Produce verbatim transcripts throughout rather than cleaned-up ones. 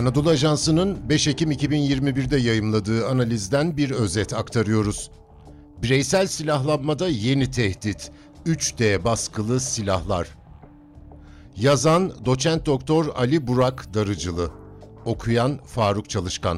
Anadolu Ajansı'nın beş Ekim iki bin yirmi bir'de yayımladığı analizden bir özet aktarıyoruz. Bireysel silahlanmada yeni tehdit, üç D baskılı silahlar. Yazan Doçent Doktor Ali Burak Darıcılı, okuyan Faruk Çalışkan.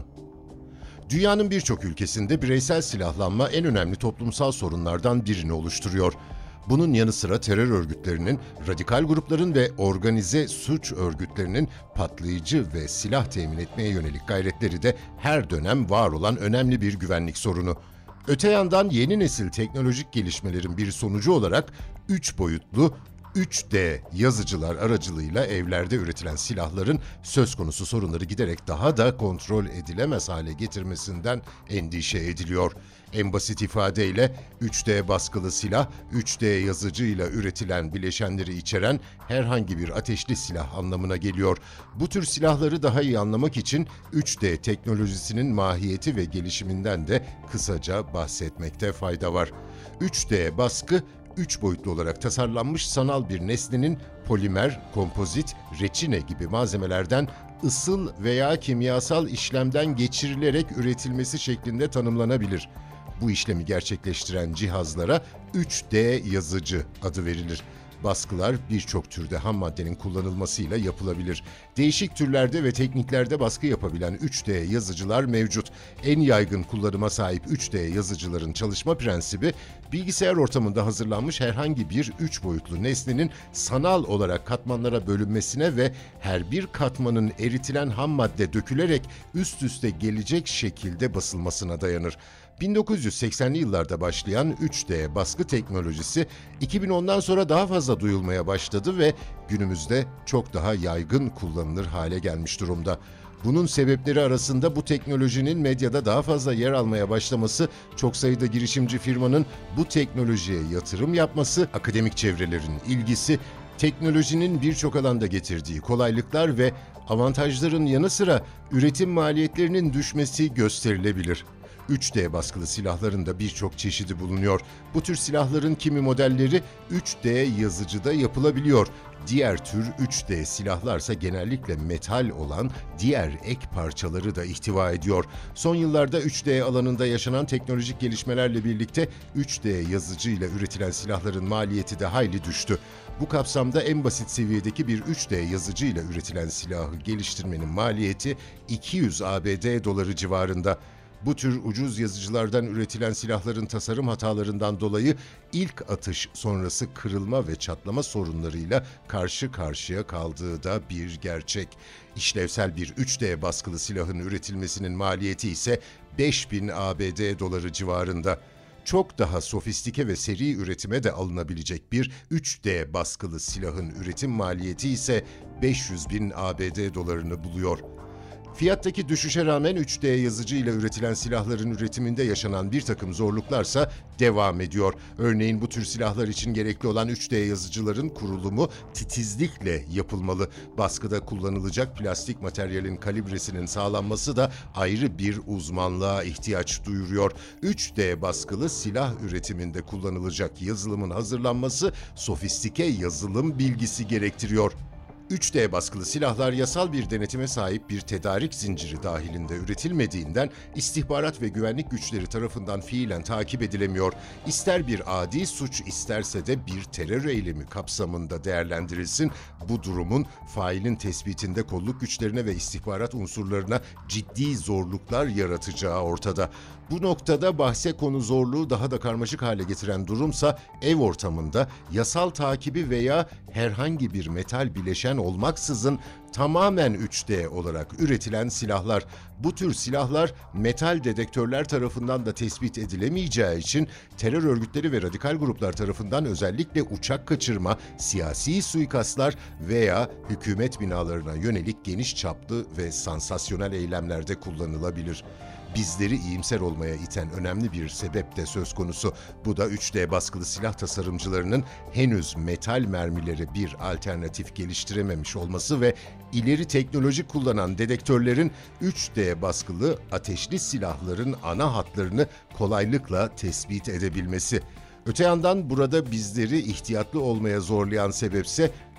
Dünyanın birçok ülkesinde bireysel silahlanma en önemli toplumsal sorunlardan birini oluşturuyor. Bunun yanı sıra terör örgütlerinin, radikal grupların ve organize suç örgütlerinin patlayıcı ve silah temin etmeye yönelik gayretleri de her dönem var olan önemli bir güvenlik sorunu. Öte yandan yeni nesil teknolojik gelişmelerin bir sonucu olarak üç boyutlu, üç D yazıcılar aracılığıyla evlerde üretilen silahların söz konusu sorunları giderek daha da kontrol edilemez hale getirmesinden endişe ediliyor. En basit ifadeyle üç D baskılı silah, üç D yazıcıyla üretilen bileşenleri içeren herhangi bir ateşli silah anlamına geliyor. Bu tür silahları daha iyi anlamak için üç D teknolojisinin mahiyeti ve gelişiminden de kısaca bahsetmekte fayda var. üç D baskı, üç boyutlu olarak tasarlanmış sanal bir nesnenin polimer, kompozit, reçine gibi malzemelerden ısıl veya kimyasal işlemden geçirilerek üretilmesi şeklinde tanımlanabilir. Bu işlemi gerçekleştiren cihazlara üç D yazıcı adı verilir. Baskılar birçok türde ham maddenin kullanılmasıyla yapılabilir. Değişik türlerde ve tekniklerde baskı yapabilen üç D yazıcılar mevcut. En yaygın kullanıma sahip üç D yazıcıların çalışma prensibi, bilgisayar ortamında hazırlanmış herhangi bir üç boyutlu nesnenin sanal olarak katmanlara bölünmesine ve her bir katmanın eritilen ham madde dökülerek üst üste gelecek şekilde basılmasına dayanır. bin dokuz yüz seksenli yıllarda başlayan üç D baskı teknolojisi iki bin ondan sonra daha fazla duyulmaya başladı ve günümüzde çok daha yaygın kullanılır hale gelmiş durumda. Bunun sebepleri arasında bu teknolojinin medyada daha fazla yer almaya başlaması, çok sayıda girişimci firmanın bu teknolojiye yatırım yapması, akademik çevrelerin ilgisi, teknolojinin birçok alanda getirdiği kolaylıklar ve avantajların yanı sıra üretim maliyetlerinin düşmesi gösterilebilir. üç D baskılı silahların da birçok çeşidi bulunuyor. Bu tür silahların kimi modelleri üç D yazıcıda yapılabiliyor. Diğer tür üç D silahlarsa genellikle metal olan diğer ek parçaları da ihtiva ediyor. Son yıllarda üç D alanında yaşanan teknolojik gelişmelerle birlikte üç D yazıcıyla üretilen silahların maliyeti de hayli düştü. Bu kapsamda en basit seviyedeki bir üç D yazıcıyla üretilen silahı geliştirmenin maliyeti iki yüz A B D doları civarında. Bu tür ucuz yazıcılardan üretilen silahların tasarım hatalarından dolayı ilk atış sonrası kırılma ve çatlama sorunlarıyla karşı karşıya kaldığı da bir gerçek. İşlevsel bir üç D baskılı silahın üretilmesinin maliyeti ise beş bin A B D doları civarında. Çok daha sofistike ve seri üretime de alınabilecek bir üç D baskılı silahın üretim maliyeti ise beş yüz bin A B D dolarını buluyor. Fiyattaki düşüşe rağmen üç D yazıcı ile üretilen silahların üretiminde yaşanan bir takım zorluklarsa devam ediyor. Örneğin bu tür silahlar için gerekli olan üç D yazıcıların kurulumu titizlikle yapılmalı. Baskıda kullanılacak plastik materyalin kalibresinin sağlanması da ayrı bir uzmanlığa ihtiyaç duyuruyor. üç D baskılı silah üretiminde kullanılacak yazılımın hazırlanması sofistike yazılım bilgisi gerektiriyor. üç D baskılı silahlar yasal bir denetime sahip bir tedarik zinciri dahilinde üretilmediğinden istihbarat ve güvenlik güçleri tarafından fiilen takip edilemiyor. İster bir adi suç isterse de bir terör eylemi kapsamında değerlendirilsin, bu durumun failin tespitinde kolluk güçlerine ve istihbarat unsurlarına ciddi zorluklar yaratacağı ortada. Bu noktada bahse konu zorluğu daha da karmaşık hale getiren durumsa ev ortamında yasal takibi veya herhangi bir metal bileşen olmaksızın tamamen üç D olarak üretilen silahlar. Bu tür silahlar metal dedektörler tarafından da tespit edilemeyeceği için terör örgütleri ve radikal gruplar tarafından özellikle uçak kaçırma, siyasi suikastlar veya hükümet binalarına yönelik geniş çaplı ve sansasyonel eylemlerde kullanılabilir. Bizleri iyimser olmaya iten önemli bir sebep de söz konusu. Bu da üç D baskılı silah tasarımcılarının henüz metal mermileri bir alternatif geliştirememiş olması ve ileri teknoloji kullanan dedektörlerin üç D baskılı ateşli silahların ana hatlarını kolaylıkla tespit edebilmesi. Öte yandan burada bizleri ihtiyatlı olmaya zorlayan sebepse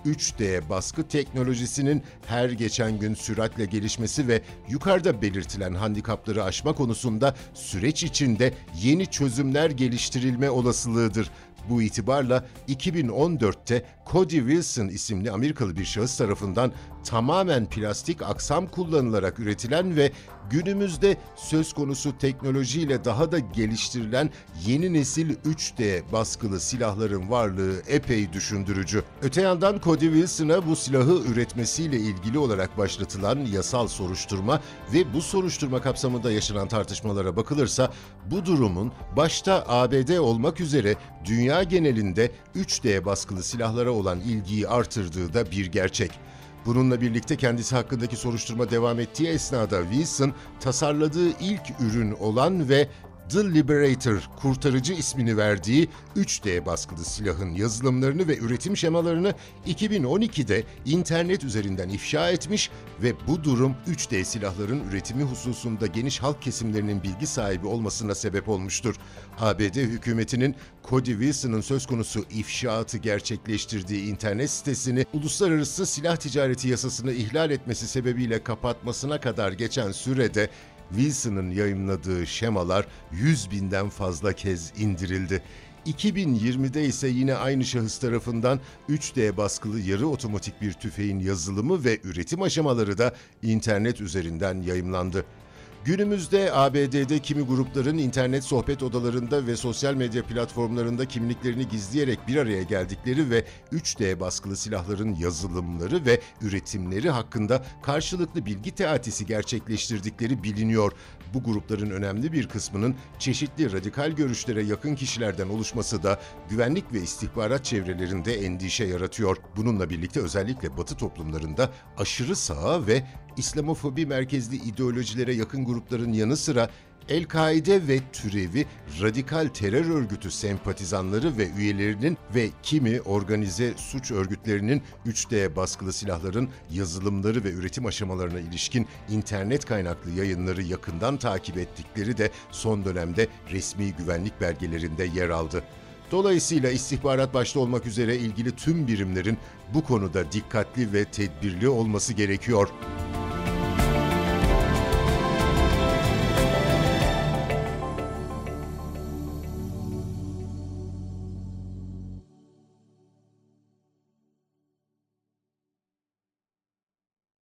üç D baskı teknolojisinin her geçen gün süratle gelişmesi ve yukarıda belirtilen handikapları aşma konusunda süreç içinde yeni çözümler geliştirilme olasılığıdır. Bu itibarla iki bin on dörtte Cody Wilson isimli Amerikalı bir şahıs tarafından tamamen plastik aksam kullanılarak üretilen ve günümüzde söz konusu teknolojiyle daha da geliştirilen yeni nesil üç D baskılı silahların varlığı epey düşündürücü. Öte yandan Cody Wilson'a bu silahı üretmesiyle ilgili olarak başlatılan yasal soruşturma ve bu soruşturma kapsamında yaşanan tartışmalara bakılırsa bu durumun başta A B D olmak üzere dünya genelinde üç D baskılı silahlara olan ilgiyi artırdığı da bir gerçek. Bununla birlikte kendisi hakkındaki soruşturma devam ettiği esnada Wilson, tasarladığı ilk ürün olan ve The Liberator, kurtarıcı ismini verdiği üç D baskılı silahın yazılımlarını ve üretim şemalarını iki bin on ikide internet üzerinden ifşa etmiş ve bu durum üç D silahların üretimi hususunda geniş halk kesimlerinin bilgi sahibi olmasına sebep olmuştur. A B D hükümetinin Cody Wilson'ın söz konusu ifşaatı gerçekleştirdiği internet sitesini uluslararası silah ticareti yasasını ihlal etmesi sebebiyle kapatmasına kadar geçen sürede Wilson'ın yayımladığı şemalar yüz binden fazla kez indirildi. iki bin yirmide ise yine aynı şahıs tarafından üç D baskılı yarı otomatik bir tüfeğin yazılımı ve üretim aşamaları da internet üzerinden yayımlandı. Günümüzde A B D'de kimi grupların internet sohbet odalarında ve sosyal medya platformlarında kimliklerini gizleyerek bir araya geldikleri ve üç D baskılı silahların yazılımları ve üretimleri hakkında karşılıklı bilgi teatisi gerçekleştirdikleri biliniyor. Bu grupların önemli bir kısmının çeşitli radikal görüşlere yakın kişilerden oluşması da güvenlik ve istihbarat çevrelerinde endişe yaratıyor. Bununla birlikte özellikle Batı toplumlarında aşırı sağa ve İslamofobi merkezli ideolojilere yakın grupların yanı sıra El-Kaide ve türevi radikal terör örgütü sempatizanları ve üyelerinin ve kimi organize suç örgütlerinin üç D baskılı silahların yazılımları ve üretim aşamalarına ilişkin internet kaynaklı yayınları yakından takip ettikleri de son dönemde resmi güvenlik belgelerinde yer aldı. Dolayısıyla istihbarat başta olmak üzere ilgili tüm birimlerin bu konuda dikkatli ve tedbirli olması gerekiyor.